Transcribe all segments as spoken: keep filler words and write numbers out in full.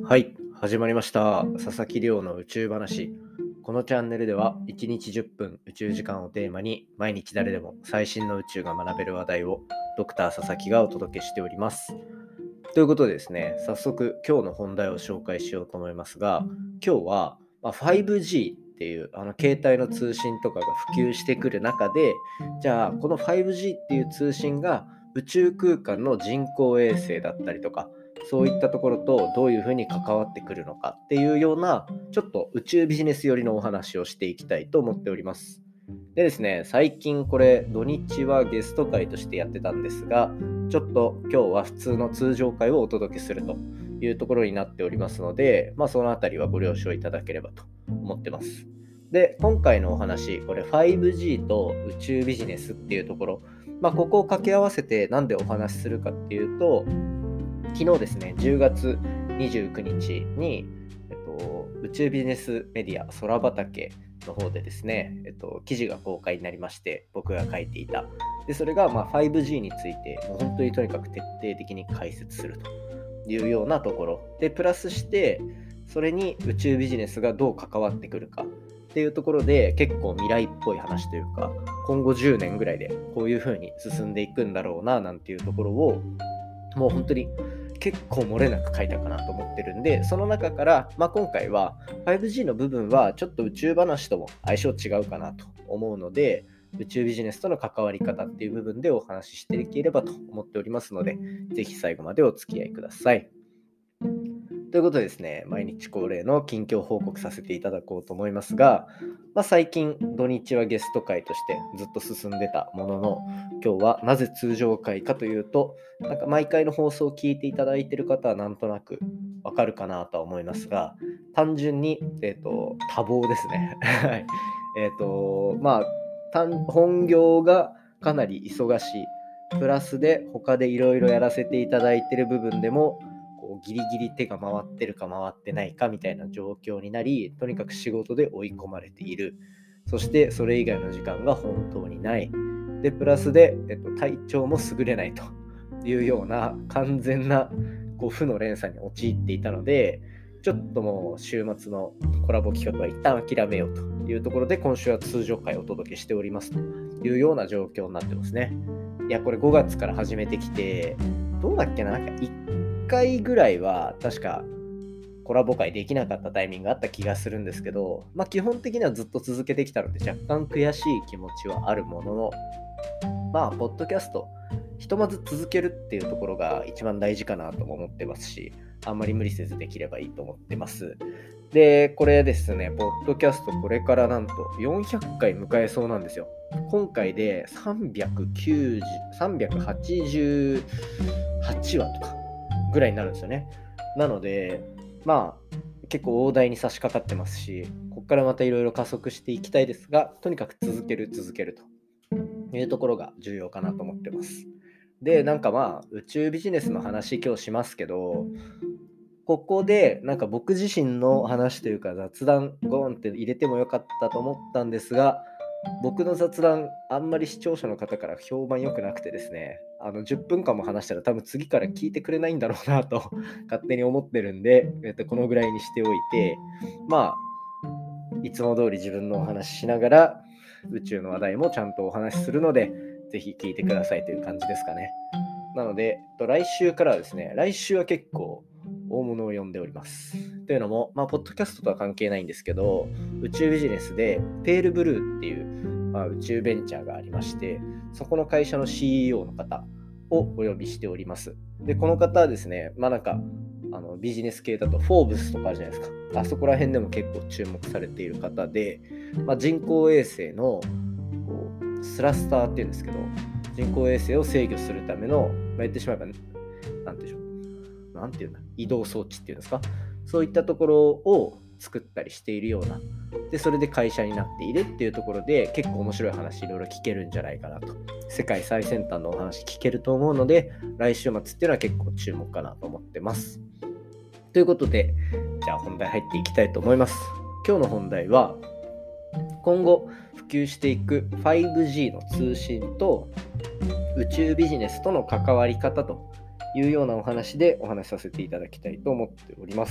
はい、始まりました。佐々木亮の宇宙話。このチャンネルではいちにちじゅっぷん宇宙時間をテーマに毎日誰でも最新の宇宙が学べる話題をドクター佐々木がお届けしております。ということでですね、早速今日の本題を紹介しようと思いますが、今日は、まあ、ファイブジー っていうあの携帯の通信とかが普及してくる中で、じゃあこの ファイブジー っていう通信が宇宙空間の人工衛星だったりとか、そういったところとどういうふうに関わってくるのかっていうようなちょっと宇宙ビジネス寄りのお話をしていきたいと思っております。でですね、最近これ土日はゲスト会としてやってたんですが、ちょっと今日は普通の通常会をお届けするというところになっておりますので、まあそのあたりはご了承いただければと思ってます。で、今回のお話、これ ファイブジー と宇宙ビジネスっていうところ、まあここを掛け合わせてなんでお話しするかっていうと、昨日ですね、じゅうがつにじゅうくにちに、えっと、宇宙ビジネスメディア空畑の方でですね、えっと、記事が公開になりまして、僕が書いていた。で、それがまあ ファイブジー について、もう本当にとにかく徹底的に解説するというようなところ。で、プラスして、それに宇宙ビジネスがどう関わってくるかっていうところで、結構未来っぽい話というか、今後じゅうねんぐらいでこういう風に進んでいくんだろうな、なんていうところを、もう本当に結構漏れなく書いたかなと思ってるんで、その中から、まあ、今回は ファイブジー の部分はちょっと宇宙話とも相性違うかなと思うので、宇宙ビジネスとの関わり方っていう部分でお話ししていければと思っておりますので、ぜひ最後までお付き合いください。ということでですね、毎日恒例の近況報告させていただこうと思いますが、まあ、最近土日はゲスト会としてずっと進んでたものの、今日はなぜ通常会かというと、なんか毎回の放送を聞いていただいている方はなんとなくわかるかなとは思いますが、単純に、えーと、多忙ですね。はい。えっと、まあ、単本業がかなり忙しい。プラスで他でいろいろやらせていただいている部分でも、こうギリギリ手が回ってるか回ってないかみたいな状況になり、とにかく仕事で追い込まれている。そしてそれ以外の時間が本当にない。で、プラスで、えっと、体調も優れないというような完全なこう負の連鎖に陥っていたので、ちょっともう週末のコラボ企画は一旦諦めようというところで、今週は通常回をお届けしておりますというような状況になってますね。いや、これごがつから始めてきて、どうだっけな、なんかいっかいぐらいは確かコラボ会できなかったタイミングがあった気がするんですけど、まあ基本的にはずっと続けてきたので若干悔しい気持ちはあるものの、まあポッドキャストひとまず続けるっていうところが一番大事かなとも思ってますし、あんまり無理せずできればいいと思ってます。で、これですね、ポッドキャストこれからなんとよんひゃっかい迎えそうなんですよ。今回でさんびゃくきゅうじゅう、さんびゃくはちじゅうはちわとかぐらいになるんですよね。なので、まあ結構大台に差し掛かってますし、ここからまたいろいろ加速していきたいですが、とにかく続ける続けるというところが重要かなと思ってます。で、なんかまあ宇宙ビジネスの話今日しますけど、ここでなんか僕自身の話というか雑談ゴーンって入れてもよかったと思ったんですが、僕の雑談あんまり視聴者の方から評判良くなくてですね、あのじゅっぷんかんも話したら多分次から聞いてくれないんだろうなと勝手に思ってるんで、えっと、このぐらいにしておいて、まあいつも通り自分のお話ししながら宇宙の話題もちゃんとお話しするので、ぜひ聞いてくださいという感じですかね。なので、来週からはですね、来週は結構大物を呼んでおります。というのも、まあ、ポッドキャストとは関係ないんですけど、宇宙ビジネスでペールブルーっていう、まあ、宇宙ベンチャーがありまして、そこの会社の シーイーオー の方をお呼びしております。で、この方はですね、まあなんか、あのビジネス系だとフォーブスとかあるじゃないですか。あそこら辺でも結構注目されている方で、まあ、人工衛星のこうスラスターっていうんですけど、人工衛星を制御するための、まあ、言ってしまえば、なんていうんでしょう、なんていうんだ、移動装置っていうんですか、そういったところを作ったりしているような、で、それで会社になっているっていうところで、結構面白い話いろいろ聞けるんじゃないかなと。世界最先端のお話聞けると思うので、来週末っていうのは結構注目かなと思ってます。ということで、じゃあ本題入っていきたいと思います。今日の本題は、今後普及していく ファイブジー の通信と宇宙ビジネスとの関わり方というようなお話でお話しさせていただきたいと思っております。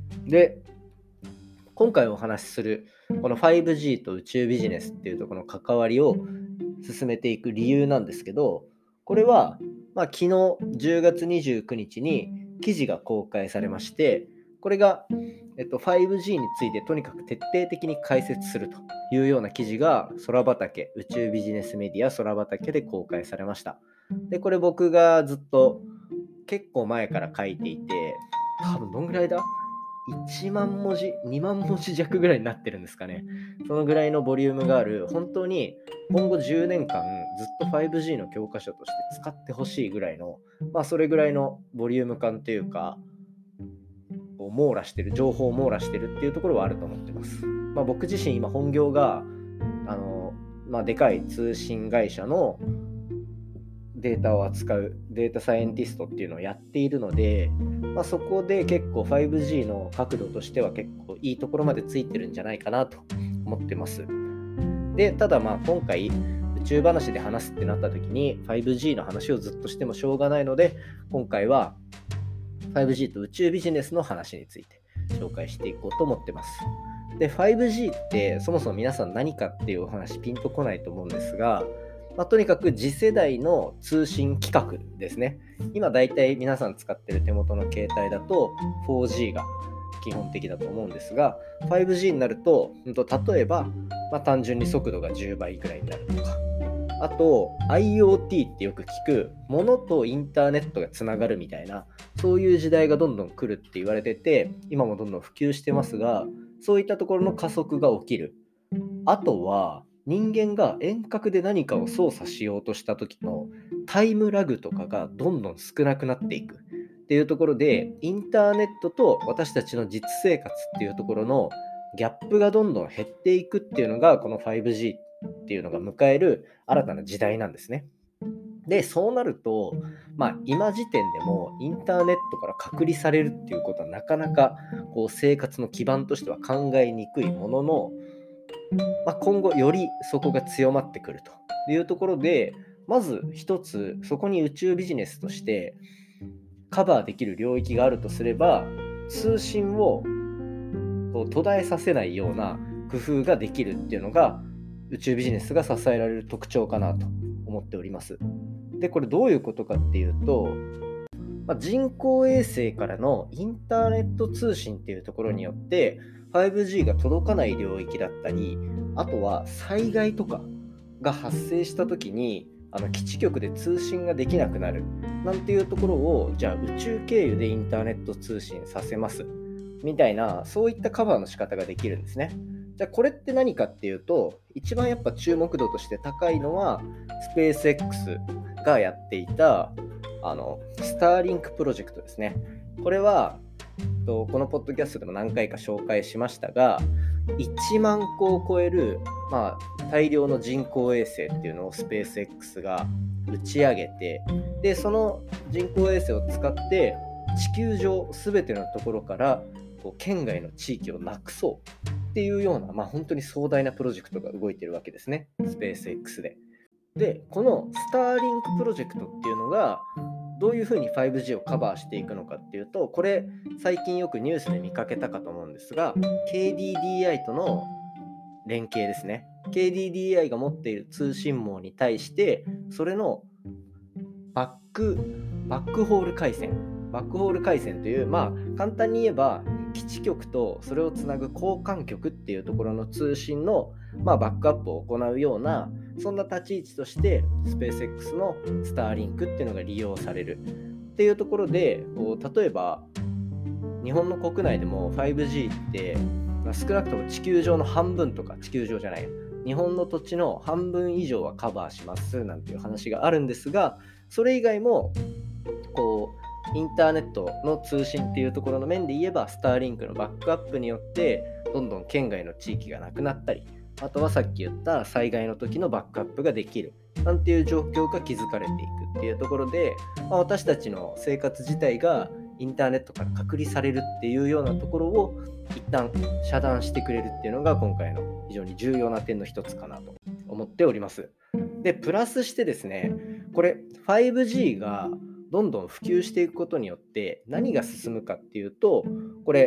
で、今回お話しするこの ファイブジー と宇宙ビジネスっていうところの関わりを進めていく理由なんですけど、これは、まあ、昨日じゅうがつにじゅうくにちに記事が公開されまして、これが、えっと、ファイブジー についてとにかく徹底的に解説するというような記事が空畑、宇宙ビジネスメディア空畑で公開されました。で、これ僕がずっと結構前から書いていて、多分どんぐらいだいちまんもじ、にまんもじ弱ぐらいになってるんですかね。そのぐらいのボリュームがある、本当に今後じゅうねんかんずっと ファイブジー の教科書として使ってほしいぐらいの、まあそれぐらいのボリューム感というか、こう網羅してる、情報を網羅してるっていうところはあると思ってます。まあ僕自身今本業が、あの、まあでかい通信会社のデータを扱うデータサイエンティストっていうのをやっているので、まあ、そこで結構 ファイブジー の角度としては結構いいところまでついてるんじゃないかなと思ってます。で、ただまあ今回宇宙話で話すってなった時に ファイブジー の話をずっとしてもしょうがないので、今回は ファイブジー と宇宙ビジネスの話について紹介していこうと思ってます。で、ファイブジー ってそもそも皆さん何かっていうお話ピンとこないと思うんですが、まあ、とにかく次世代の通信規格ですね。今だいたい皆さん使ってる手元の携帯だと フォージー が基本的だと思うんですが、ファイブジー になると、例えば、まあ、単純に速度がじゅうばいぐらいになるとか、あと IoT ってよく聞くものとインターネットがつながるみたいな、そういう時代がどんどん来るって言われてて、今もどんどん普及してますが、そういったところの加速が起きる。あとは人間が遠隔で何かを操作しようとした時のタイムラグとかがどんどん少なくなっていくっていうところで、インターネットと私たちの実生活っていうところのギャップがどんどん減っていくっていうのがこの ファイブジー っていうのが迎える新たな時代なんですね。で、そうなると、まあ、今時点でもインターネットから隔離されるっていうことはなかなかこう生活の基盤としては考えにくいものの、まあ、今後よりそこが強まってくるというところで、まず一つそこに宇宙ビジネスとしてカバーできる領域があるとすれば、通信をこう途絶えさせないような工夫ができるっていうのが宇宙ビジネスが支えられる特徴かなと思っております。で、これどういうことかっていうと、まあ、人工衛星からのインターネット通信っていうところによってファイブジー が届かない領域だったり、あとは災害とかが発生した時にあの基地局で通信ができなくなるなんていうところを、じゃあ宇宙経由でインターネット通信させますみたいな、そういったカバーの仕方ができるんですね。じゃあこれって何かっていうと、一番やっぱ注目度として高いのはスペース X がやっていたあのスターリンクプロジェクトですね。これはこのポッドキャストでも何回か紹介しましたが、いちまんこを超える、まあ、大量の人工衛星っていうのをスペース X が打ち上げて、でその人工衛星を使って地球上すべてのところからこう県外の地域をなくそうっていうような、まあ、本当に壮大なプロジェクトが動いているわけですね、スペース X で。で、このスターリンクプロジェクトっていうのがどういうふうに ファイブジー をカバーしていくのかっていうと、これ最近よくニュースで見かけたかと思うんですが、 ケーディーディーアイ との連携ですね。 ケーディーディーアイ が持っている通信網に対してそれのバックバックホール回線バックホール回線という、まあ簡単に言えば基地局とそれをつなぐ交換局っていうところの通信の、まあ、バックアップを行うような、そんな立ち位置としてスペース X のスターリンクっていうのが利用されるっていうところで、こう例えば日本の国内でも ファイブジー って、まあ、少なくとも地球上の半分とか、地球上じゃない日本の土地の半分以上はカバーしますなんていう話があるんですが、それ以外もこうインターネットの通信っていうところの面で言えば、スターリンクのバックアップによってどんどん県外の地域がなくなったり、あとはさっき言った災害の時のバックアップができるなんていう状況が築かれていくっていうところで、まあ、私たちの生活自体がインターネットから隔離されるっていうようなところを一旦遮断してくれるっていうのが今回の非常に重要な点の一つかなと思っております。で、プラスしてですね、これ ファイブジー がどんどん普及していくことによって何が進むかっていうと、これ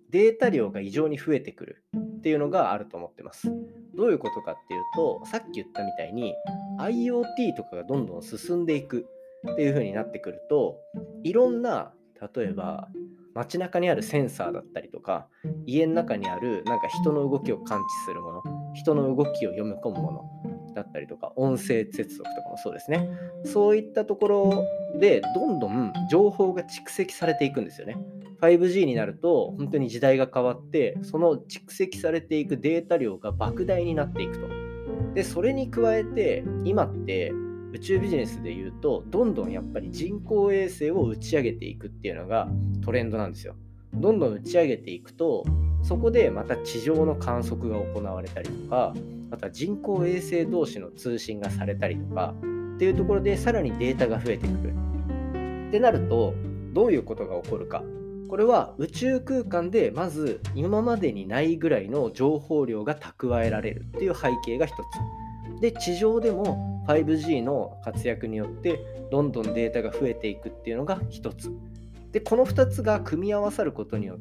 データ量が異常に増えてくるっていうのがあると思ってます。どういうことかっていうと、さっき言ったみたいに IoT とかがどんどん進んでいくっていう風になってくると、いろんな、例えば街中にあるセンサーだったりとか、家の中にあるなんか人の動きを感知するもの、人の動きを読み込むものだったりとか、音声接続とかもそうですね。そういったところでどんどん情報が蓄積されていくんですよね。ファイブジー になると本当に時代が変わって、その蓄積されていくデータ量が莫大になっていくと。でそれに加えて今って宇宙ビジネスでいうと、どんどんやっぱり人工衛星を打ち上げていくっていうのがトレンドなんですよ。どんどん打ち上げていくと、そこでまた地上の観測が行われたりとか、あとは人工衛星同士の通信がされたりとかっていうところで、さらにデータが増えてくるってなると、どういうことが起こるか。これは宇宙空間でまず今までにないぐらいの情報量が蓄えられるっていう背景が一つで、地上でも ファイブジー の活躍によってどんどんデータが増えていくっていうのが一つで、このふたつが組み合わさることによって、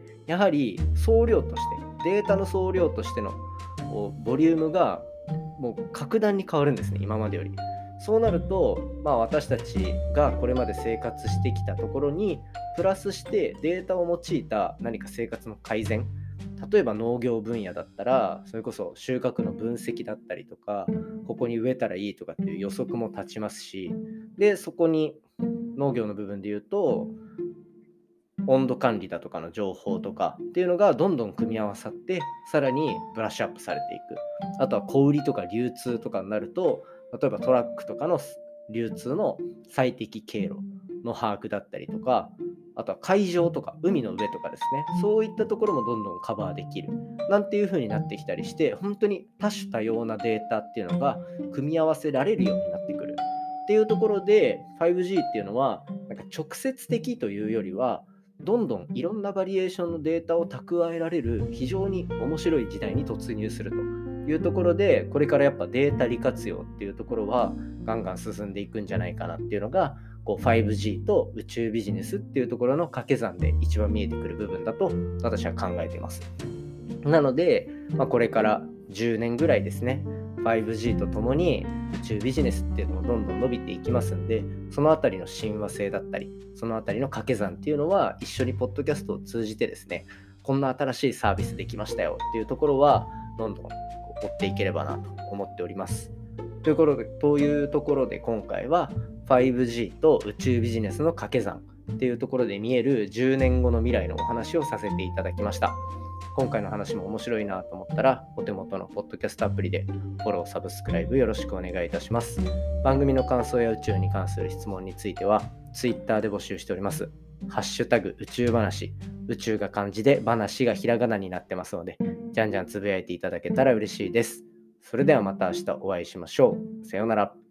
やはり総量としてデータの総量としてのボリュームがもう格段に変わるんですね、今までより。そうなると、まあ、私たちがこれまで生活してきたところにプラスしてデータを用いた何か生活の改善、例えば農業分野だったらそれこそ収穫の分析だったりとか、ここに植えたらいいとかっていう予測も立ちますし、でそこに農業の部分で言うと温度管理だとかの情報とかっていうのがどんどん組み合わさって、さらにブラッシュアップされていく。あとは小売りとか流通とかになると、例えばトラックとかの流通の最適経路の把握だったりとか、あとは海上とか海の上とかですね、そういったところもどんどんカバーできるなんていう風になってきたりして、本当に多種多様なデータっていうのが組み合わせられるようになってくるっていうところで、 ファイブジー っていうのはなんか直接的というよりは、どんどんいろんなバリエーションのデータを蓄えられる非常に面白い時代に突入するというところで、これからやっぱデータ利活用っていうところはガンガン進んでいくんじゃないかなっていうのが、こう ファイブジー と宇宙ビジネスっていうところの掛け算で一番見えてくる部分だと私は考えています。なので、まあ、これからじゅうねんぐらいですね、ファイブジー とともに宇宙ビジネスっていうのもどんどん伸びていきますんで、そのあたりの親和性だったり、そのあたりの掛け算っていうのは一緒にポッドキャストを通じてですね、こんな新しいサービスできましたよっていうところはどんどん追っていければなと思っております。ということで、というところで今回は ファイブジー と宇宙ビジネスの掛け算っていうところで見えるじゅうねんごの未来のお話をさせていただきました。今回の話も面白いなと思ったら、お手元のポッドキャストアプリでフォロー、サブスクライブよろしくお願いいたします。番組の感想や宇宙に関する質問については Twitter で募集しております。ハッシュタグ宇宙話、宇宙が漢字で話がひらがなになってますので、じゃんじゃんつぶやいていただけたら嬉しいです。それではまた明日お会いしましょう。さようなら。